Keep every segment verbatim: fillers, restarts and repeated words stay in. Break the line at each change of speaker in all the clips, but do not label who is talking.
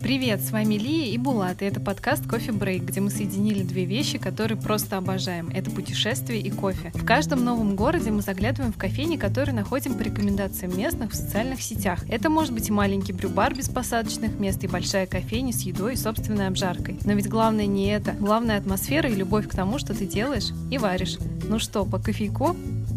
Привет, с вами Лия и Булат, и это подкаст Coffee Break, где мы соединили две вещи, которые просто обожаем. Это путешествие и кофе. В каждом новом городе мы заглядываем в кофейни, которые находим по рекомендациям местных в социальных сетях. Это может быть и маленький брю-бар без посадочных мест, и большая кофейня с едой и собственной обжаркой. Но ведь главное не это. Главное атмосфера и любовь к тому, что ты делаешь и варишь. Ну что, по кофейку?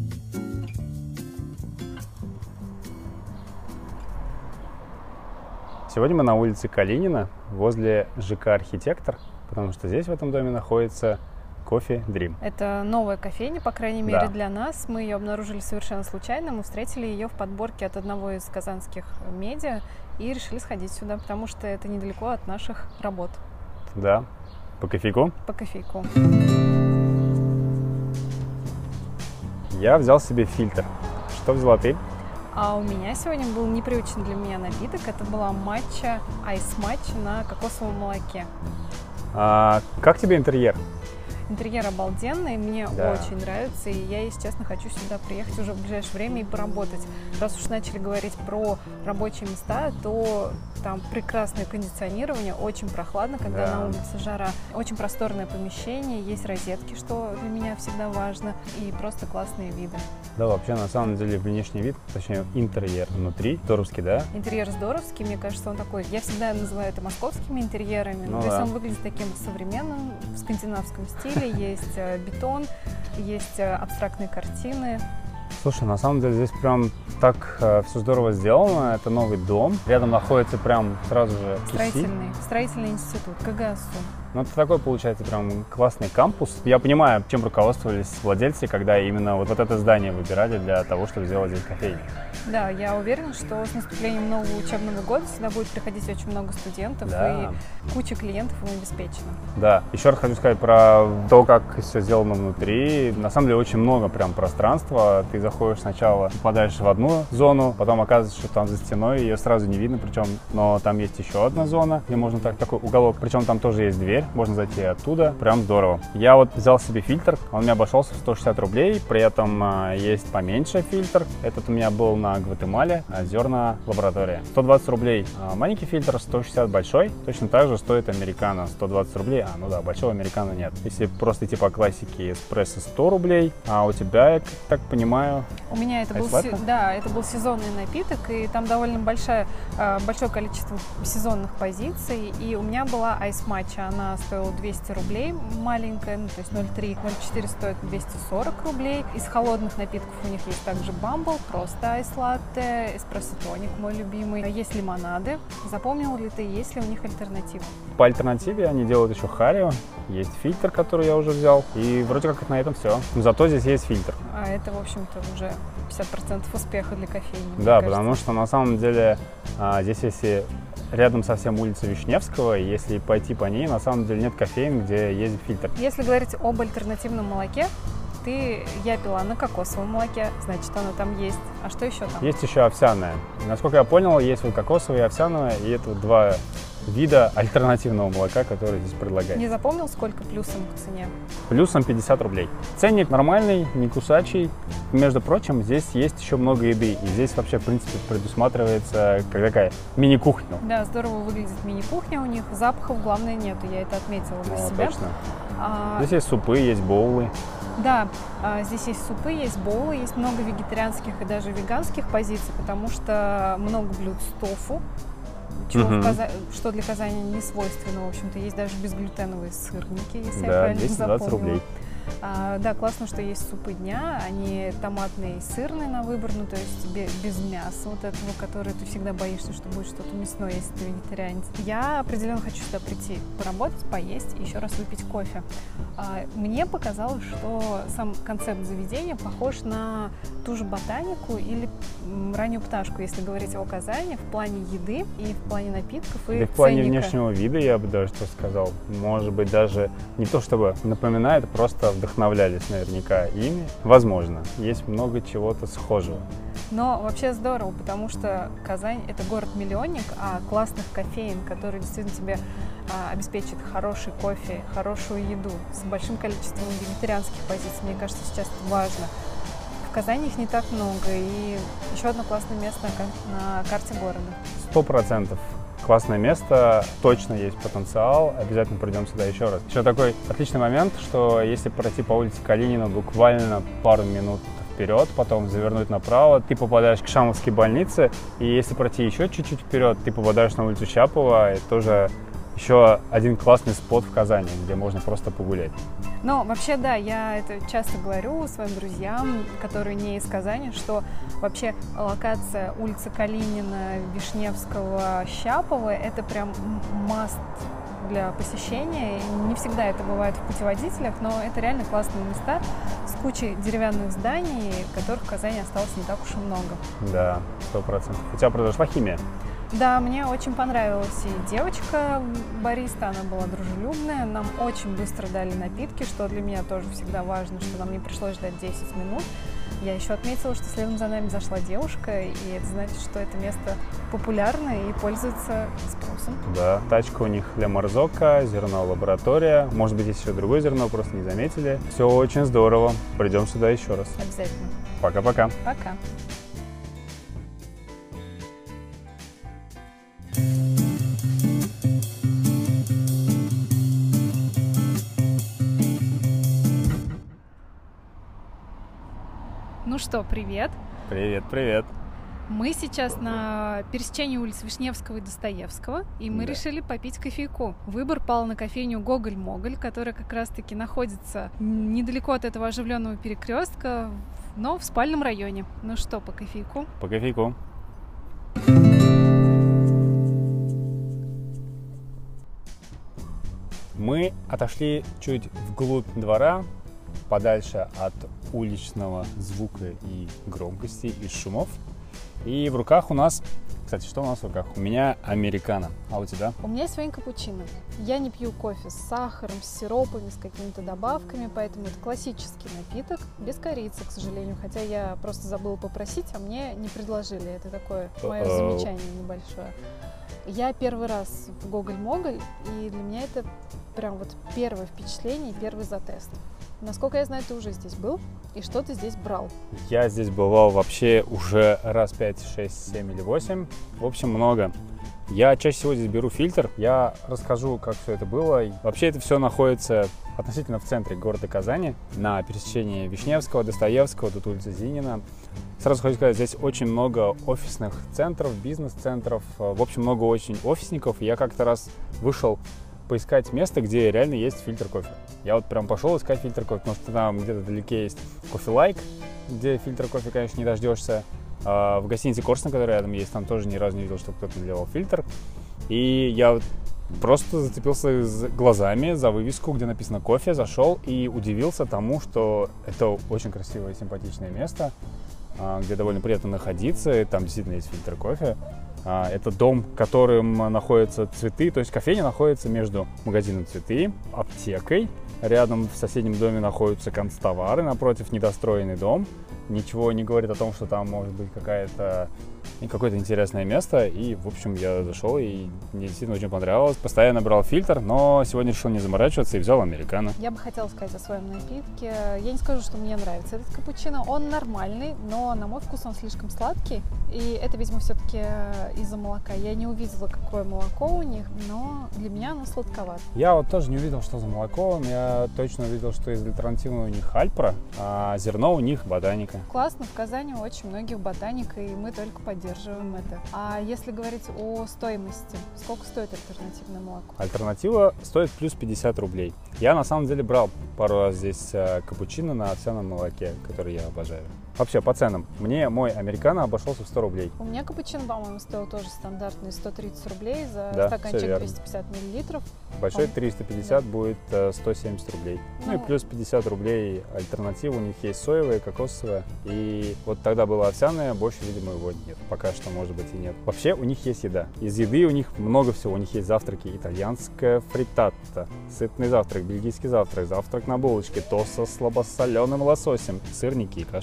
Сегодня мы на улице Калинина, возле ЖК «Архитектор», потому что здесь, в этом доме, находится Coffee Dream.
Это новая кофейня, по крайней мере,
Да.
для нас. Мы ее обнаружили совершенно случайно. Мы встретили ее в подборке от одного из казанских медиа и решили сходить сюда, потому что это недалеко от наших работ.
Да, по кофейку.
По кофейку.
Я взял себе фильтр. Что взяла ты?
А у меня сегодня был непривычный для меня напиток. Это была матча, айс-матча на кокосовом молоке.
А, как тебе интерьер?
Интерьер обалденный, мне
Да.
очень нравится, и я, если честно, хочу сюда приехать уже в ближайшее время и поработать. Раз уж начали говорить про рабочие места, то там прекрасное кондиционирование, очень прохладно, когда
Да.
на улице жара, очень просторное помещение, есть розетки, что для меня всегда важно, и просто классные виды.
Да, вообще, на самом деле, внешний вид, точнее, интерьер внутри, здоровский, да?
Интерьер здоровский, мне кажется, он такой, я всегда называю это московскими интерьерами,
Ну
то есть
да.
он выглядит таким современным, в скандинавском стиле, есть э, бетон, есть э, абстрактные картины.
Слушай, на самом деле здесь прям так э, все здорово сделано. Это новый дом. Рядом находится прям сразу же КИСИ.
Строительный, строительный институт, КГСУ.
Ну, это такой, получается, прям классный кампус. Я понимаю, чем руководствовались владельцы, когда именно вот, вот это здание выбирали для того, чтобы сделать здесь кофейню.
Да, я уверена, что с наступлением нового учебного года сюда будет приходить очень много студентов,
Да.
и куча клиентов им обеспечена.
Да, еще раз хочу сказать про то, как все сделано внутри. На самом деле очень много прям пространства. Ты заходишь сначала, попадаешь в одну зону, потом оказывается, что там за стеной ее сразу не видно, причем, но там есть еще одна зона, где можно так, такой уголок, причем там тоже есть дверь, можно зайти оттуда, прям здорово. Я вот взял себе фильтр, он у меня обошелся в сто шестьдесят рублей, при этом а, есть поменьше фильтр, этот у меня был на Гватемале, зерна лаборатория, сто двадцать рублей а, маленький фильтр, сто шестьдесят большой, точно так же стоит американо, сто двадцать рублей, а ну да, большого американо нет. Если просто идти по классике, эспрессо сто рублей, а у тебя, я так понимаю,
У меня это был,
айс-латте?
се- да, это был сезонный напиток, и там довольно большая, э, большое количество сезонных позиций, и у меня была айс-матча, она стоила двести рублей, маленькая, ну, то есть ноль три, ноль четыре стоит двести сорок рублей. Из холодных напитков у них есть также бамбл, просто айс-латте, эспрессо-тоник мой любимый. Есть лимонады. Запомнил ли ты, есть ли у них альтернатива?
по альтернативе они делают еще харио, есть фильтр, который я уже взял, и вроде как на этом все. Но зато здесь есть фильтр.
А это, в общем-то, уже пятьдесят процентов успеха для кофейни. мне
Да,
кажется.
потому что на самом деле а, здесь, если рядом совсем улица Вишневского, если пойти по ней, на самом деле нет кофеин, где есть фильтр.
Если говорить об альтернативном молоке, ты, я пила на кокосовом молоке, значит, оно там есть. А что еще там?
Есть еще овсяное. Насколько я понял, есть вот кокосовое и овсяное, и это вот два вида альтернативного молока, которые здесь предлагают.
Не запомнил, сколько плюсом к цене?
Плюсом пятьдесят рублей. Ценник нормальный, не кусачий. Между прочим, здесь есть еще много еды. И здесь вообще, в принципе, предусматривается как такая мини-кухня.
Да, здорово выглядит мини-кухня у них. Запахов, главное, нету, я это отметила для
Ну,
себя.
точно.
А,
Здесь есть супы, есть боулы.
Да, а, здесь есть супы, есть боулы, есть много вегетарианских и даже веганских позиций, потому что много блюд с тофу, чего в
Мгм.
Каза- что для Казани не свойственно, в общем-то. Есть даже безглютеновые сырники, если я
Да,
правильно
двести двадцать
запомнила.
рублей.
А, да, классно, что есть супы дня, они томатные и сырные на выбор, ну то есть бе- без мяса вот этого, которое ты всегда боишься, что будет что-то мясное, если ты вегетарианец. Я определенно хочу сюда прийти, поработать, поесть и еще раз выпить кофе. А, мне показалось, что сам концепт заведения похож на ту же ботанику или м, раннюю пташку, если говорить о Казани, в плане еды и в плане напитков и
Да и в плане
ценника.
внешнего вида, я бы даже что сказал. Может быть, даже не то чтобы напоминает, просто вдохновлялись наверняка ими. Возможно, есть много чего-то схожего.
Но вообще здорово, потому что Казань — это город-миллионник, а классных кофеин, которые действительно тебе а, обеспечат хороший кофе, хорошую еду с большим количеством вегетарианских позиций, мне кажется, сейчас это важно. В Казани их не так много, и еще одно классное место на, кар- на карте города.
Сто процентов. Классное место, точно есть потенциал, обязательно придем сюда еще раз. Еще такой отличный момент, что если пройти по улице Калинина буквально пару минут вперед, потом завернуть направо, ты попадаешь к Шамовской больнице, и если пройти еще чуть-чуть вперед, ты попадаешь на улицу Чапова, это тоже еще один классный спот в Казани, где можно просто погулять.
Ну, вообще, да, я это часто говорю своим друзьям, которые не из Казани, что вообще локация улицы Калинина, Вишневского, Щапова — это прям маст для посещения. И не всегда это бывает в путеводителях, но это реально классные места с кучей деревянных зданий, которых в Казани осталось не так уж и много.
Да, сто процентов. У тебя произошла химия?
Да, мне очень понравилась и девочка бариста, она была дружелюбная, нам очень быстро дали напитки, что для меня тоже всегда важно, что нам не пришлось ждать десять минут. Я еще отметила, что следом за нами зашла девушка, и это значит, что это место популярное и пользуется спросом.
Да, тачка у них для Марзока, зерно лаборатория, может быть, есть еще другое зерно, просто не заметили. Все очень здорово, придем сюда еще раз.
Обязательно.
Пока-пока.
Пока. Ну что, привет.
Привет, привет.
Мы сейчас на пересечении улиц Вишневского и Достоевского, и мы да. решили попить кофейку. Выбор пал на кофейню Гоголь-Моголь, которая как раз-таки находится недалеко от этого оживленного перекрестка, но в спальном районе. Ну что, по кофейку?
По кофейку. Мы отошли чуть вглубь двора, подальше от уличного звука и громкости, и шумов. И в руках у нас... Кстати, что у нас в руках? У меня американо. А у тебя?
У меня свои капучино. Я не пью кофе с сахаром, с сиропами, с какими-то добавками, поэтому это классический напиток, без корицы, к сожалению. Хотя я просто забыла попросить, а мне не предложили. Это такое мое Uh-oh. замечание небольшое. Я первый раз в Гоголь-Моголь, и для меня это прям вот первое впечатление, первый затест. Насколько я знаю, ты уже здесь был, и что ты здесь брал?
Я здесь бывал вообще уже раз пять, шесть, семь или восемь. В общем, много. Я чаще всего здесь беру фильтр. Я расскажу, как все это было. Вообще это все находится относительно в центре города Казани, на пересечении Вишневского, Достоевского, тут улица Зинина. Сразу хочу сказать, здесь очень много офисных центров, бизнес-центров. В общем, много очень офисников. Я как-то раз вышел поискать место, где реально есть фильтр кофе. Я вот прям пошел искать фильтр кофе, потому что там где-то вдалеке есть кофе-лайк, где фильтр кофе, конечно, не дождешься. А в гостинице Корсна, которая рядом есть, там тоже ни разу не видел, что кто-то делал фильтр. И я просто зацепился глазами за вывеску, где написано кофе, зашел и удивился тому, что это очень красивое и симпатичное место, где довольно приятно находиться, и там действительно есть фильтр кофе. Это дом, в котором находятся цветы, то есть кофейня находится между магазином «Цветы», аптекой. Рядом в соседнем доме находятся канцтовары, напротив недостроенный дом. Ничего не говорит о том, что там может быть какая-то какое-то интересное место. И, в общем, я зашел, и мне действительно очень понравилось. Постоянно брал фильтр, но сегодня решил не заморачиваться и взял американо.
Я бы хотела сказать о своем напитке. Я не скажу, что мне нравится этот капучино. Он нормальный, но на мой вкус он слишком сладкий. И это, видимо, все-таки из-за молока. Я не увидела, какое молоко у них, но для меня оно сладковато.
Я вот тоже не увидел, что за молоко. Я точно увидел, что из альтернативного у них Альпра, а зерно у них ботаника.
Классно, в Казани очень многих ботаника, и мы только поддерживаем это. А если говорить о стоимости, сколько стоит альтернативное молоко?
Альтернатива стоит плюс пятьдесят рублей. Я на самом деле брал пару раз здесь капучино на овсяном молоке, который я обожаю. Вообще, по ценам. Мне мой американо обошелся в сто рублей.
У меня капучино, по-моему, стоил тоже стандартный сто тридцать рублей за
да,
стаканчик двести пятьдесят миллилитров.
Большой триста пятьдесят, да. Будет сто семьдесят рублей. Ну, ну и плюс пятьдесят рублей альтернатива. У них есть соевая, кокосовая. И вот тогда была овсяная, больше, видимо, его нет. Пока что, может быть, и нет. Вообще, у них есть еда. Из еды у них много всего. У них есть завтраки. Итальянская фриттата, сытный завтрак, бельгийский завтрак, завтрак на булочке, тост со слабосоленым лососем, сырники и каша.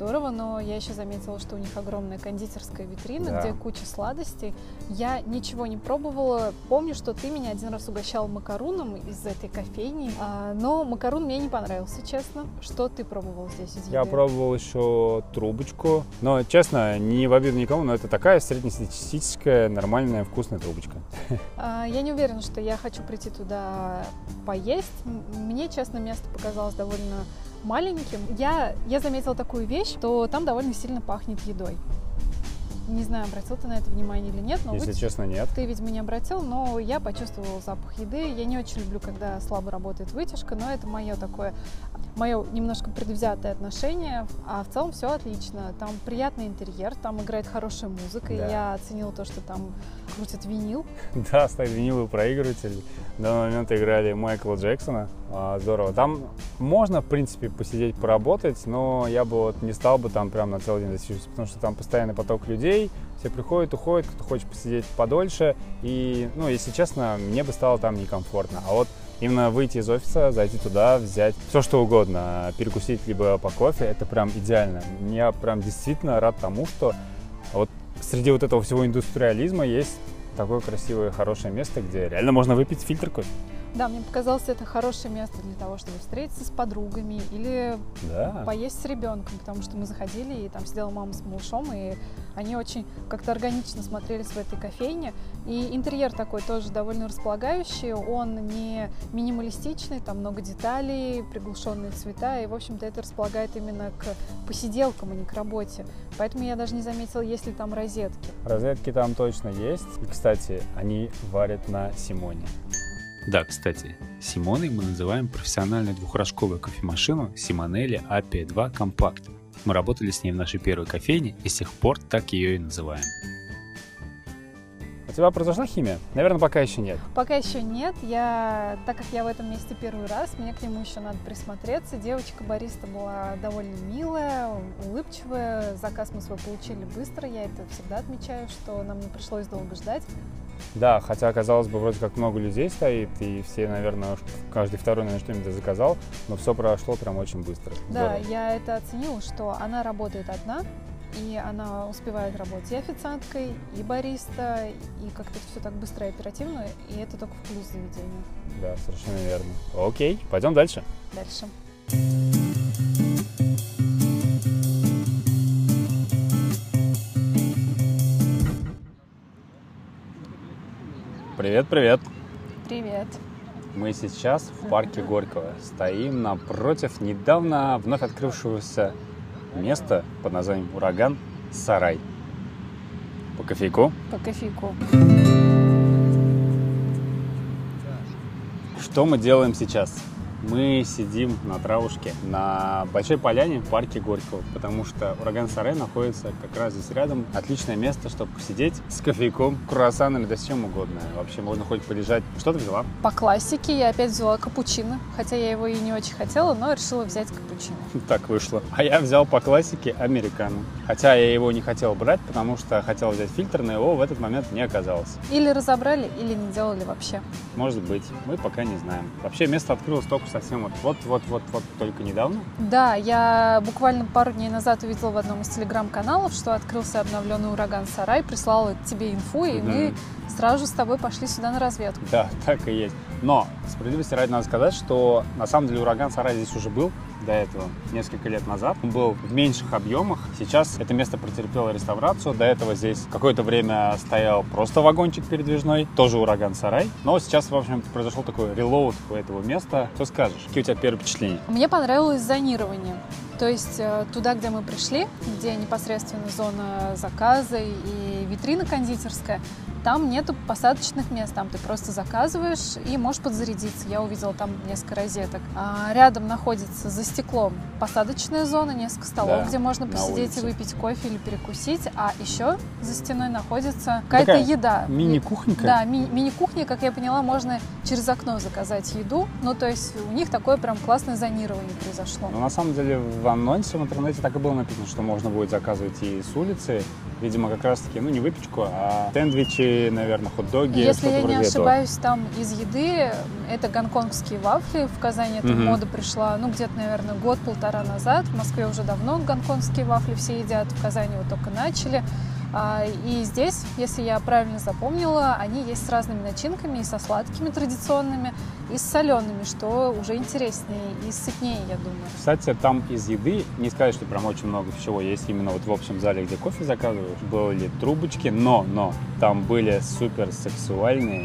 здорово, но я еще заметила, что у них огромная кондитерская витрина,
Да.
где куча сладостей. Я ничего не пробовала. Помню, что ты меня один раз угощал макаруном из этой кофейни, а, но макарун мне не понравился, честно. Что ты пробовал здесь из еды?
Я пробовал еще трубочку, но, честно, не в обиду никому, но это такая среднестатистическая, нормальная, вкусная трубочка.
А, Я не уверена, что я хочу прийти туда поесть. М- Мне, честно, место показалось довольно маленьким. Я, я заметила такую вещь, что там довольно сильно пахнет едой. Не знаю, обратил ты на это внимание или нет, но
Если
вы-
честно, нет.
ты, видимо, не обратил, но я почувствовала запах еды. Я не очень люблю, когда слабо работает вытяжка, но это мое такое, мое немножко предвзятое отношение. А в целом все отлично. Там приятный интерьер, там играет хорошая музыка. И
Да.
я оценила то, что там крутят винил.
Да, стоит виниловый проигрыватель. В данный момент играли Майкла Джексона. А, Здорово. Там можно, в принципе, посидеть, поработать, но я бы вот не стал бы там прям на целый день засиживаться, потому что там постоянный поток людей, все приходят, уходят, кто хочет посидеть подольше. И, ну, если честно, мне бы стало там некомфортно. А вот именно выйти из офиса, зайти туда, взять все что угодно, перекусить либо по кофе, это прям идеально. Я прям действительно рад тому, что вот среди вот этого всего индустриализма есть такое красивое, хорошее место, где реально можно выпить фильтр кофе.
Да, мне показалось, это хорошее место для того, чтобы встретиться с подругами или
Да.
поесть с ребенком, потому что мы заходили, и там сидела мама с малышом, и они очень как-то органично смотрелись в этой кофейне. И интерьер такой тоже довольно располагающий, он не минималистичный, там много деталей, приглушенные цвета, и, в общем-то, это располагает именно к посиделкам, а не к работе. Поэтому я даже не заметила, есть ли там розетки.
Розетки там точно есть. И, кстати, они варят на Симоне.
Да, кстати, Симоной мы называем профессиональную двухрожковую кофемашину Simonelli эй пи два Compact. Мы работали с ней в нашей первой кофейне и с тех пор так ее и называем.
У тебя произошла химия? Наверное, пока еще нет.
Пока еще нет. Я, так как я в этом месте первый раз, мне к нему еще надо присмотреться. Девочка-бариста была довольно милая, улыбчивая. Заказ мы свой получили быстро. Я это всегда отмечаю, что нам не пришлось долго ждать.
Да, хотя, казалось бы, вроде как много людей стоит, и все, наверное, каждый второй, наверное, что-нибудь заказал, но все прошло прям очень быстро.
Да,
Здорово.
я это оценила, что она работает одна, и она успевает работать и официанткой, и бариста, и как-то все так быстро и оперативно, и это только в плюс заведения.
Да, совершенно верно. Окей, пойдем дальше.
Дальше.
Привет, привет.
Привет.
Мы сейчас в парке Горького. Стоим напротив недавно вновь открывшегося места под названием «Ураган Сарай». По кофейку.
По кофейку.
Что мы делаем сейчас? Мы сидим на травушке на большой поляне в парке Горького, потому что «Ураган Сарай» находится как раз здесь рядом. Отличное место, чтобы посидеть с кофейком, круассаном или да с чем угодно. Вообще можно хоть полежать. Что ты взяла?
По классике я опять взяла капучино, хотя я его и не очень хотела, но решила взять капучино.
Так вышло. А я взял по классике американо. Хотя я его не хотел брать, потому что хотел взять фильтр, но его в этот момент не оказалось.
Или разобрали, или не делали вообще.
Может быть, мы пока не знаем. Вообще место открылось только совсем вот вот-вот-вот-вот только недавно.
Да, я буквально пару дней назад увидела в одном из телеграм-каналов, что открылся обновленный «Ураган Сарай», прислала тебе инфу, и
Мгм.
мы сразу же с тобой пошли сюда на разведку.
Да, так и есть. Но, справедливости ради, надо сказать, что на самом деле «Ураган Сарай» здесь уже был до этого, несколько лет назад. Он был в меньших объемах. Сейчас это место претерпело реставрацию. До этого здесь какое-то время стоял просто вагончик передвижной, тоже «Ураган Сарай». Но сейчас, в общем, произошел такой релоуд у этого места. Что скажешь? Какие у тебя первые впечатления?
Мне понравилось зонирование. То есть э, туда, где мы пришли, где непосредственно зона заказа и витрина кондитерская, там нету посадочных мест, там ты просто заказываешь и можешь подзарядиться. Я увидела там несколько розеток. А рядом находится за стеклом посадочная зона, несколько столов,
Да,
где можно
на
посидеть и
улице.
выпить кофе или перекусить. А еще за стеной находится какая-то
Такая
еда.
Мини-кухонька?
Да, ми- мини-кухня, как я поняла, можно через окно заказать еду. Ну, то есть у них такое прям классное зонирование произошло.
Но на самом деле в анонсе в интернете так и было написано, что можно будет заказывать и с улицы. Видимо, как раз-таки, ну, не выпечку, а сэндвичи, наверное, хот-доги.
Если я не ошибаюсь,
этого.
Там из еды это гонконгские вафли. В Казани эта
Mm-hmm.
мода пришла, ну, где-то, наверное, год-полтора назад. В Москве уже давно гонконгские вафли все едят, в Казани вот только начали. И здесь, если я правильно запомнила, они есть с разными начинками, и со сладкими традиционными, и с солеными, что уже интереснее и сытнее, я думаю.
Кстати, там из еды, не сказать, что прям очень много всего есть именно вот в общем зале, где кофе заказываешь, были трубочки, но, но там были супер сексуальные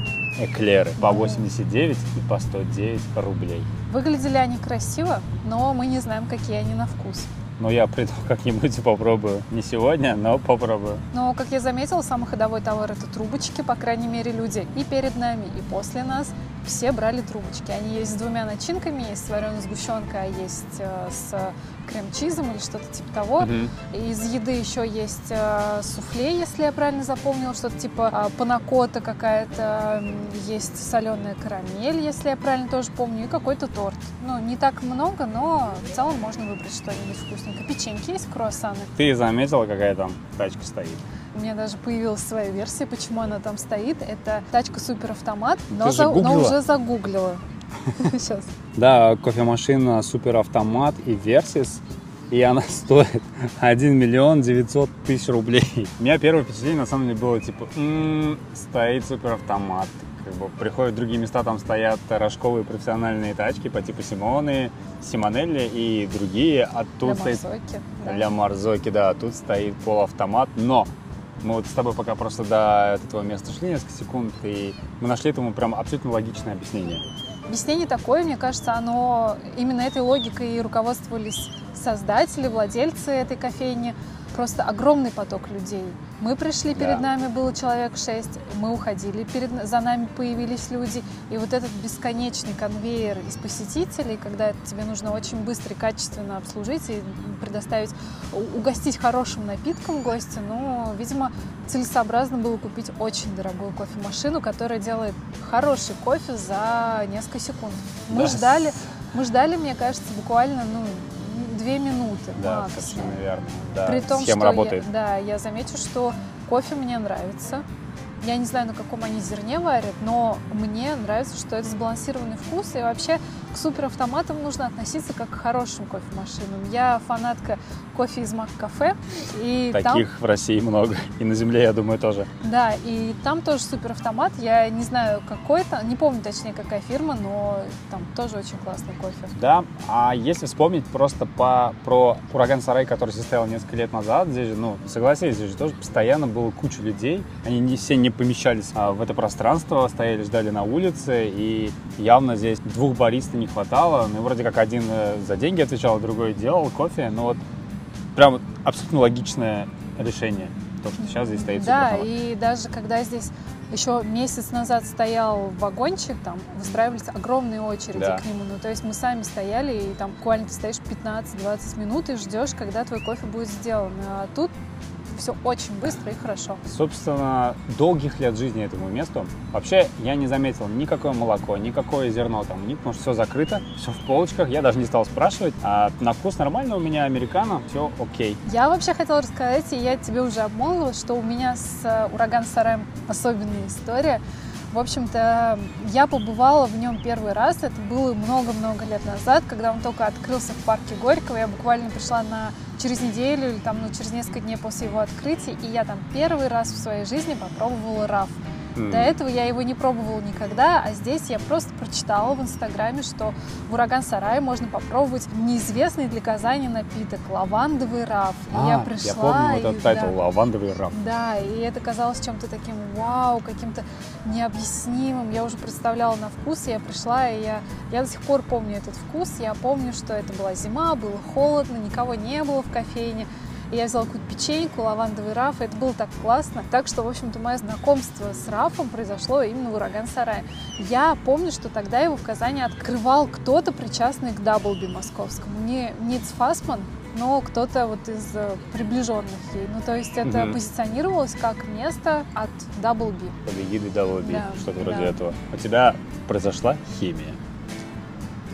эклеры по восемьдесят девять и по сто девять рублей.
Выглядели они красиво, но мы не знаем, какие они на вкус.
Но я приду как-нибудь и попробую. Не сегодня, но попробую.
Но, как я заметила, самый ходовой товар – это трубочки. По крайней мере, люди и перед нами, и после нас все брали трубочки. Они есть с двумя начинками. Есть с вареной сгущенкой, а есть э, с крем-чизом или что-то типа того.
Mm-hmm.
Из еды еще есть э, суфле, если я правильно запомнила. Что-то типа э, панакота какая-то. Есть соленая карамель, если я правильно тоже помню. И какой-то торт. Ну, не так много, но в целом можно выбрать что-нибудь вкусненькое. Печеньки есть, круассаны.
Ты заметила, какая там тачка стоит?
У меня даже появилась своя версия, почему она там стоит. Это тачка Суперавтомат, но,
за,
но уже загуглила. Сейчас.
Да, кофемашина Суперавтомат и Versys, и она стоит один миллион девятьсот тысяч рублей. У меня первое впечатление на самом деле было типа, м-м, стоит Суперавтомат. Как бы приходят в другие места, там стоят рожковые профессиональные тачки по типу Симоны, Симонелли и другие. А тут
для
стоит...
Марзоки. Да.
Для Марзоки, да. Тут стоит полуавтомат, но мы вот с тобой пока просто до этого места шли несколько секунд, и мы нашли этому прям абсолютно логичное объяснение.
Объяснение такое, мне кажется, оно именно этой логикой и руководствовались создатели, владельцы этой кофейни. Просто огромный поток людей. Мы пришли, перед
Да.
нами было человек шесть, мы уходили, перед, за нами появились люди. И вот этот бесконечный конвейер из посетителей, когда тебе нужно очень быстро и качественно обслужить и предоставить, угостить хорошим напитком гостя, ну, видимо, целесообразно было купить очень дорогую кофемашину, которая делает хороший кофе за несколько секунд. Мы
Да.
ждали, мы ждали, мне кажется, буквально, ну, две минуты
Да,
максимум.
совершенно верно. Да,
При том,
схема
что
работает.
Я, да, я замечу, что кофе мне нравится. Я не знаю, на каком они зерне варят, но мне нравится, что это сбалансированный вкус. И вообще к суперавтоматам нужно относиться как к хорошим кофемашинам. Я фанатка кофе из Мак-кафе. И
Таких
там,
в России много. И на земле, я думаю, тоже.
да, и там тоже суперавтомат. Я не знаю, какой это, не помню точнее, какая фирма, но там тоже очень классный кофе.
Да, а если вспомнить просто по, про Ураган Сарай, который состоял несколько лет назад, здесь же, ну, согласитесь, здесь же тоже постоянно было куча людей. Они не все не помещались а, в это пространство, стояли, ждали на улице, и явно здесь двух бариста не хватало. Ну, вроде как один за деньги отвечал, другой делал кофе. Ну, вот прям абсолютно логичное решение, то, что сейчас здесь стоит
Да,
суперавтомат.
и даже когда здесь еще месяц назад стоял вагончик, там выстраивались огромные очереди
Да.
к нему. Ну, то есть мы сами стояли, и там буквально ты стоишь пятнадцать-двадцать минут и ждешь, когда твой кофе будет сделан. А тут все очень быстро и хорошо.
Собственно, долгих лет жизни этому месту. Вообще, я не заметил никакое молоко, никакое зерно там, ни, потому что все закрыто, все в полочках. Я даже не стал спрашивать. А на вкус нормально у меня американо, все окей.
Я вообще хотела рассказать, и я тебе уже обмолвилась, что у меня с Ураган Сараем особенная история. В общем-то, я побывала в нем первый раз, это было много-много лет назад, когда он только открылся в парке Горького. Я буквально пришла на через неделю или там, ну, через несколько дней после его открытия, и я там первый раз в своей жизни попробовала раф.
Mm.
До этого я его не пробовала никогда, а здесь я просто прочитала в Инстаграме, что в Ураган Сарае можно попробовать неизвестный для Казани напиток — лавандовый раф. И
А,
я пришла,
я помню вот
и,
этот тайтл
да,
«Лавандовый раф».
да, и это казалось чем-то таким вау, каким-то необъяснимым. Я уже представляла на вкус, и я пришла, и я, я до сих пор помню этот вкус. Я помню, что это была зима, было холодно, никого не было в кофейне. И я взяла какую-то печеньку, лавандовый раф, и это было так классно. Так что, в общем-то, мое знакомство с рафом произошло именно в Ураган Сарае. Я помню, что тогда его в Казани открывал кто-то, причастный к Даблби московскому. Не Ниц Фасман, но кто-то вот из приближенных ей. Ну, то есть это
Мгм.
позиционировалось как место от Даблби.
Под эгидой Даблби,
Да,
что-то вроде
да.
этого. У тебя произошла химия.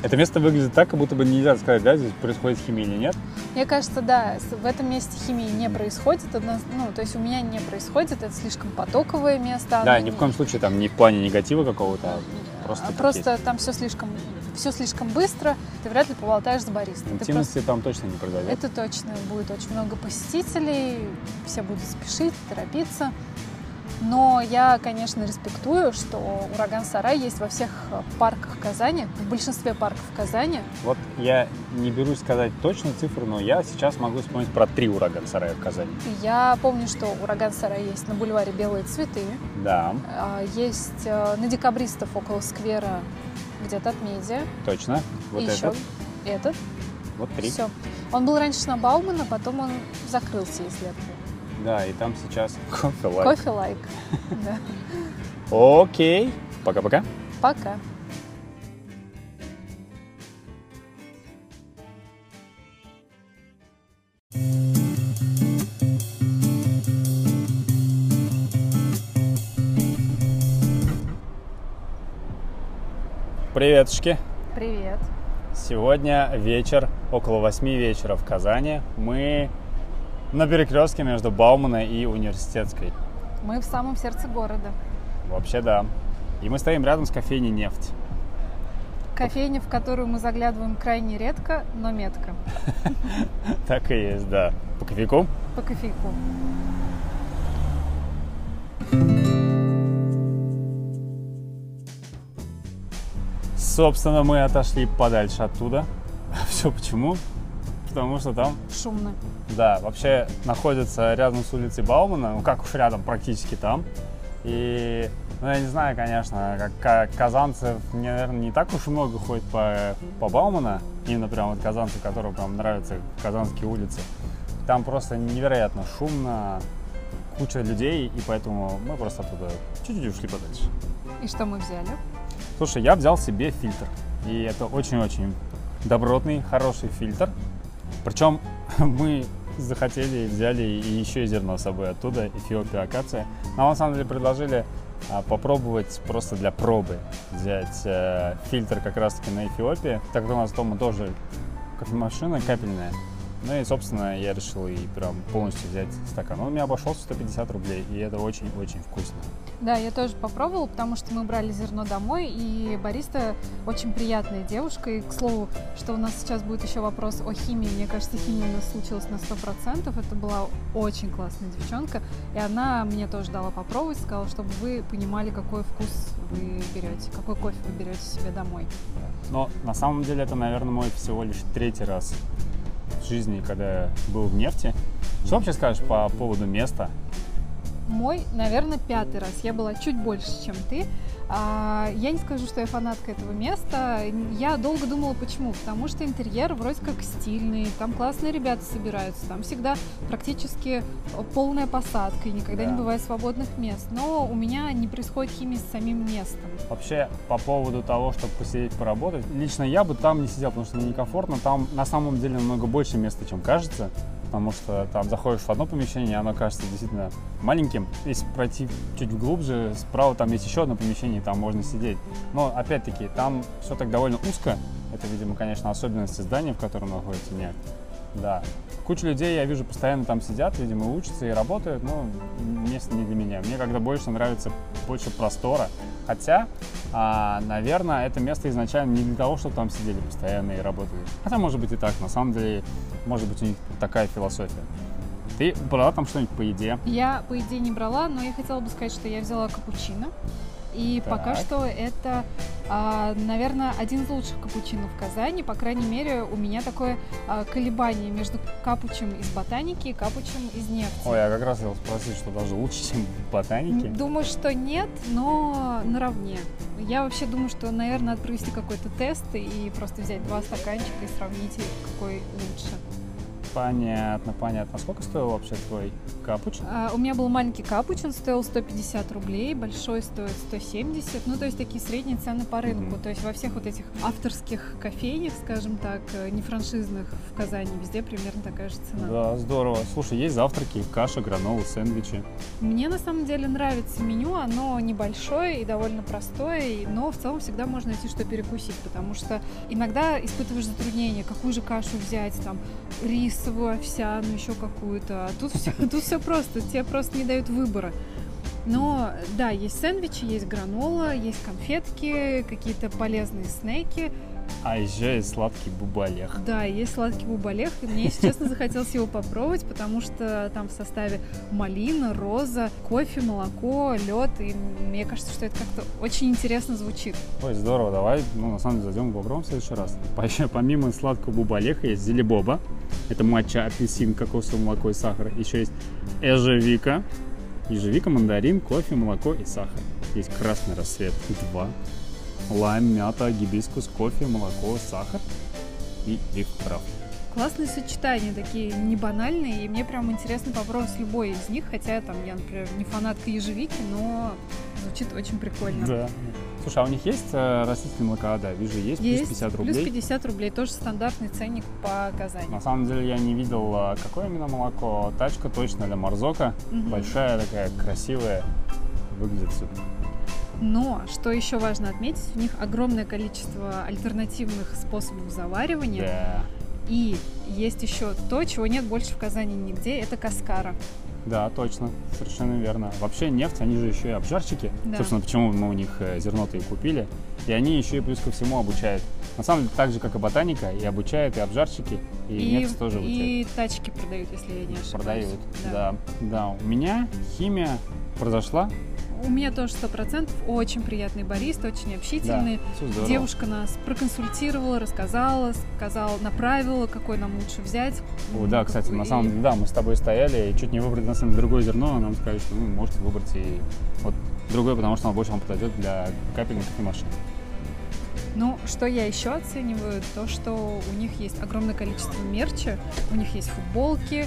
Это место выглядит так, как будто бы нельзя сказать, да, здесь происходит химия или нет.
Мне кажется, да, в этом месте химии не происходит. Ну, то есть у меня не происходит, это слишком потоковое место.
Да, ни в коем случае там не в плане негатива какого-то, а просто
Просто там все слишком, все слишком быстро, ты вряд ли поболтаешь с баристой.
Интимности там точно не произойдет.
Это точно. Будет очень много посетителей, все будут спешить, торопиться. Но я, конечно, респектую, что ураган-сарай есть во всех парках Казани, в большинстве парков Казани.
Вот я не берусь сказать точно цифру, но я сейчас могу вспомнить про три ураган-сарая в Казани.
Я помню, что ураган-сарай есть на бульваре Белые цветы.
Да.
Есть на Декабристов около сквера, где-то от Медиа.
Точно. Вот
и
этот.
еще этот.
Вот три.
Все. Он был раньше на Баумана, потом он закрылся, если я помню.
Да, и там сейчас кофе-лайк.
Кофе-лайк, да.
Окей. Пока-пока.
Пока.
Приветушки.
Привет.
Сегодня вечер, около восьми вечера в Казани. Мы на перекрестке между Баумана и Университетской.
Мы в самом сердце города.
Вообще да. И мы стоим рядом с кофейней «Нефть».
Кофейня, в которую мы заглядываем крайне редко, но метко.
Так и есть, да. По кофейку?
По кофейку.
Собственно, мы отошли подальше оттуда. Все почему? Потому что там...
Шумно.
Да, вообще находится рядом с улицей Баумана, ну как уж рядом, практически там. И, ну я не знаю, конечно, как казанцев, мне, наверное, не так уж и много ходит по, по Баумана, именно прям вот казанцев, которым прям нравятся казанские улицы. Там просто невероятно шумно, куча людей, и поэтому мы просто оттуда чуть-чуть ушли подальше.
И что мы взяли?
Слушай, я взял себе фильтр, и это очень-очень добротный, хороший фильтр. Причем мы захотели, взяли и еще и зерно с собой оттуда, Эфиопия акация. Нам на самом деле предложили а, попробовать просто для пробы взять а, фильтр как раз-таки на Эфиопии, так как у нас дома тоже кофемашина капельная. Ну и, собственно, я решил и прям полностью взять стакан. Он у меня обошелся сто пятьдесят рублей, и это очень-очень вкусно.
Да, я тоже попробовала, потому что мы брали зерно домой, и бариста очень приятная девушка. И, к слову, что у нас сейчас будет еще вопрос о химии. Мне кажется, химия у нас случилась на сто процентов. Это была очень классная девчонка. И она мне тоже дала попробовать, сказала, чтобы вы понимали, какой вкус вы берете, какой кофе вы берете себе домой.
Но на самом деле это, наверное, мой всего лишь третий раз в жизни, когда я был в «Нефти». Что вообще скажешь по поводу места?
Мой, наверное, пятый раз. Я была чуть больше, чем ты. Я не скажу, что я фанатка этого места. Я долго думала, почему. Потому что интерьер вроде как стильный, там классные ребята собираются, там всегда практически полная посадка, и никогда
да.
не бывает свободных мест. Но у меня не происходит химии с самим местом.
Вообще, по поводу того, чтобы посидеть, поработать, лично я бы там не сидел, потому что мне некомфортно. Там на самом деле намного больше места, чем кажется. Потому что там заходишь в одно помещение, оно кажется действительно маленьким. Если пройти чуть глубже, справа там есть еще одно помещение, там можно сидеть. Но опять-таки, там все так довольно узко. Это, видимо, конечно, особенности здания, в котором находится «Нефть». Да. Куча людей, я вижу, постоянно там сидят, видимо, учатся и работают, но место не для меня. Мне когда больше нравится больше простора. Хотя, а, наверное, это место изначально не для того, чтобы там сидели постоянно и работали. Хотя, может быть, и так. На самом деле, может быть, у них такая философия. Ты брала там что-нибудь по еде?
Я по еде не брала, но я хотела бы сказать, что я взяла капучино. И
Так.
пока что это, а, наверное, один из лучших капучино в Казани. По крайней мере, у меня такое а, колебание между капучем из ботаники и капучем из нефти.
Ой, я как раз хотел спросить, что даже лучше, чем в ботанике.
Думаю, что нет, но наравне. Я вообще думаю, что, наверное, надо провести какой-то тест и просто взять два стаканчика и сравнить, какой лучше.
Понятно, понятно. Сколько стоил вообще твой капучин?
А, у меня был маленький капучин, стоил сто пятьдесят рублей, большой стоит сто семьдесят, ну, то есть такие средние цены по рынку. Mm-hmm. То есть во всех вот этих авторских кофейнях, скажем так, не франшизных в Казани, везде примерно такая же цена.
Да, здорово. Слушай, есть завтраки, каша, гранолы, сэндвичи.
Мне на самом деле нравится меню, оно небольшое и довольно простое, но в целом всегда можно найти, что перекусить, потому что иногда испытываешь затруднение, какую же кашу взять, там, рисовую, овсяную, еще какую-то. А тут все, тут все просто, тебе просто не дают выбора. Но да, есть сэндвичи, есть гранола, есть конфетки, какие-то полезные снеки.
А еще есть сладкий бубалех.
Да, есть сладкий бубалех, и мне, если честно, захотелось его попробовать, потому что там в составе малина, роза, кофе, молоко, лед, и мне кажется, что это как-то очень интересно звучит.
Ой, здорово, давай, ну, на самом деле, зайдем к попробуем в следующий раз. Помимо сладкого бубалеха есть зелебоба, это матча, апельсин, кокосовое молоко и сахар. Еще есть эжевика, ежевика, мандарин, кофе, молоко и сахар. Есть красный рассвет два. Лайм, мята, гибискус, кофе, молоко, сахар и риф-крафт.
Классные сочетания, такие не банальные, и мне прям интересно попробовать любой из них, хотя там я, например, не фанатка ежевики, но звучит очень прикольно.
Да. Слушай, а у них есть э, растительное молоко? Да, вижу, есть,
есть
плюс пятьдесят рублей.
Плюс пятьдесят рублей, тоже стандартный ценник по Казани.
На самом деле я не видел, какое именно молоко. Тачка точно для Марзока, угу. Большая такая, красивая, выглядит супер.
Но, что еще важно отметить, у них огромное количество альтернативных способов заваривания.
Да.
И есть еще то, чего нет больше в Казани нигде, это каскара.
Да, точно, совершенно верно. Вообще нефть, они же еще и обжарщики. Да. Собственно, почему мы у них зерно-то и купили. И они еще и плюс ко всему обучают. На самом деле, так же, как и ботаника, и обучают, и обжарщики, и, и нефть тоже обучают.
И тачки продают, если я не ошибаюсь.
Продают, да. да. Да, у меня химия произошла.
У меня тоже сто процентов. Очень приятный бариста, очень общительный. Да, девушка нас проконсультировала, рассказала, сказала, направила, какой нам лучше взять.
О, да, кстати, и... на самом деле, да, мы с тобой стояли и чуть не выбрали, на самом деле, другое зерно, а нам сказали, что вы можете выбрать и вот другое, потому что оно больше вам подойдет для капельной кофемашины.
Ну, что я еще оцениваю, то, что у них есть огромное количество мерча, у них есть футболки,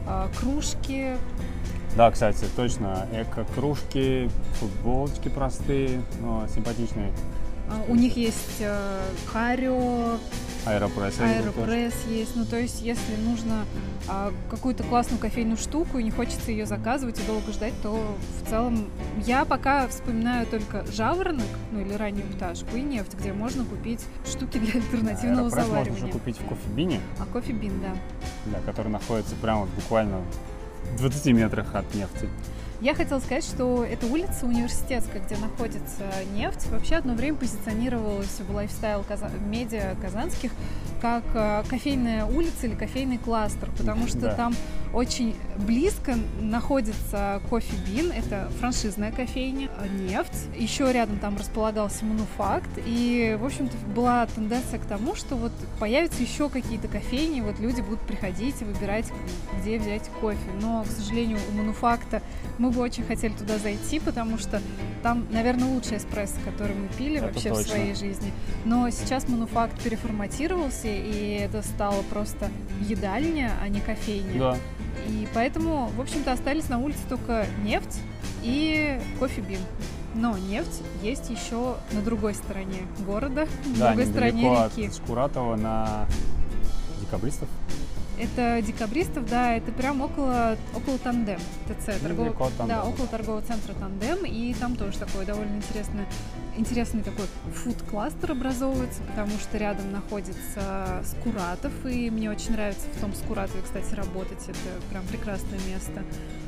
кружки.
Да, кстати, точно, эко-кружки, футболочки простые, но симпатичные.
У них есть э, Харио,
Аэропресс,
Аэропресс есть. Ну, то есть, если нужно э, какую-то классную кофейную штуку и не хочется ее заказывать и долго ждать, то в целом я пока вспоминаю только Жаворонок, ну или раннюю пташку, и нефть, где можно купить штуки для альтернативного
Аэропресс
заваривания.
можно уже купить в кофебине.
А кофебин, да.
Да, который находится прямо буквально в двадцати метрах от нефти.
Я хотела сказать, что эта улица университетская, где находится нефть, вообще одно время позиционировалась в лайфстайл-медиа казанских как кофейная улица или кофейный кластер, потому что да. Там очень близко находится кофе-бин, это франшизная кофейня, нефть. Еще рядом там располагался мануфакт, и, в общем-то, была тенденция к тому, что вот появятся еще какие-то кофейни, вот люди будут приходить и выбирать, где взять кофе. Но, к сожалению, у мануфакта мы бы очень хотели туда зайти, потому что там, наверное, лучший эспрессо, который мы пили это вообще точно. В своей жизни. Но сейчас мануфакт переформатировался, и это стало просто едальня, а не кофейня.
Да.
И поэтому, в общем-то, остались на улице только нефть и кофе-бин. Но нефть есть еще на другой стороне города,
да,
на другой стороне реки.
От Скуратова на Декабристов.
Это Декабристов, да, это прям около, около Тандем, ТЦ, торгов... да, около торгового центра Тандем, и там тоже такой довольно интересный, интересный такой фуд-кластер образовывается, потому что рядом находится Скуратов, и мне очень нравится в том Скуратове, кстати, работать, это прям прекрасное место.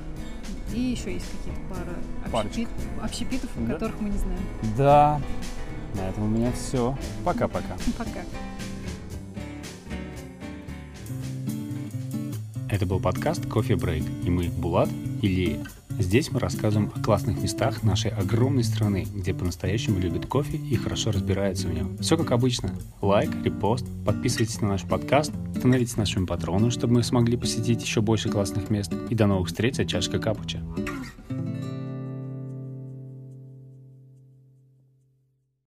И еще есть какие-то пара общепит... общепитов, о да? которых мы не знаем.
Да, на этом у меня все. Пока-пока.
Пока.
Это был подкаст Coffee Break, и мы Булат и Лея. Здесь мы рассказываем о классных местах нашей огромной страны, где по-настоящему любят кофе и хорошо разбираются в нем. Все как обычно. Лайк, репост, подписывайтесь на наш подкаст, становитесь нашими патронами, чтобы мы смогли посетить еще больше классных мест. И до новых встреч от чашка капуча.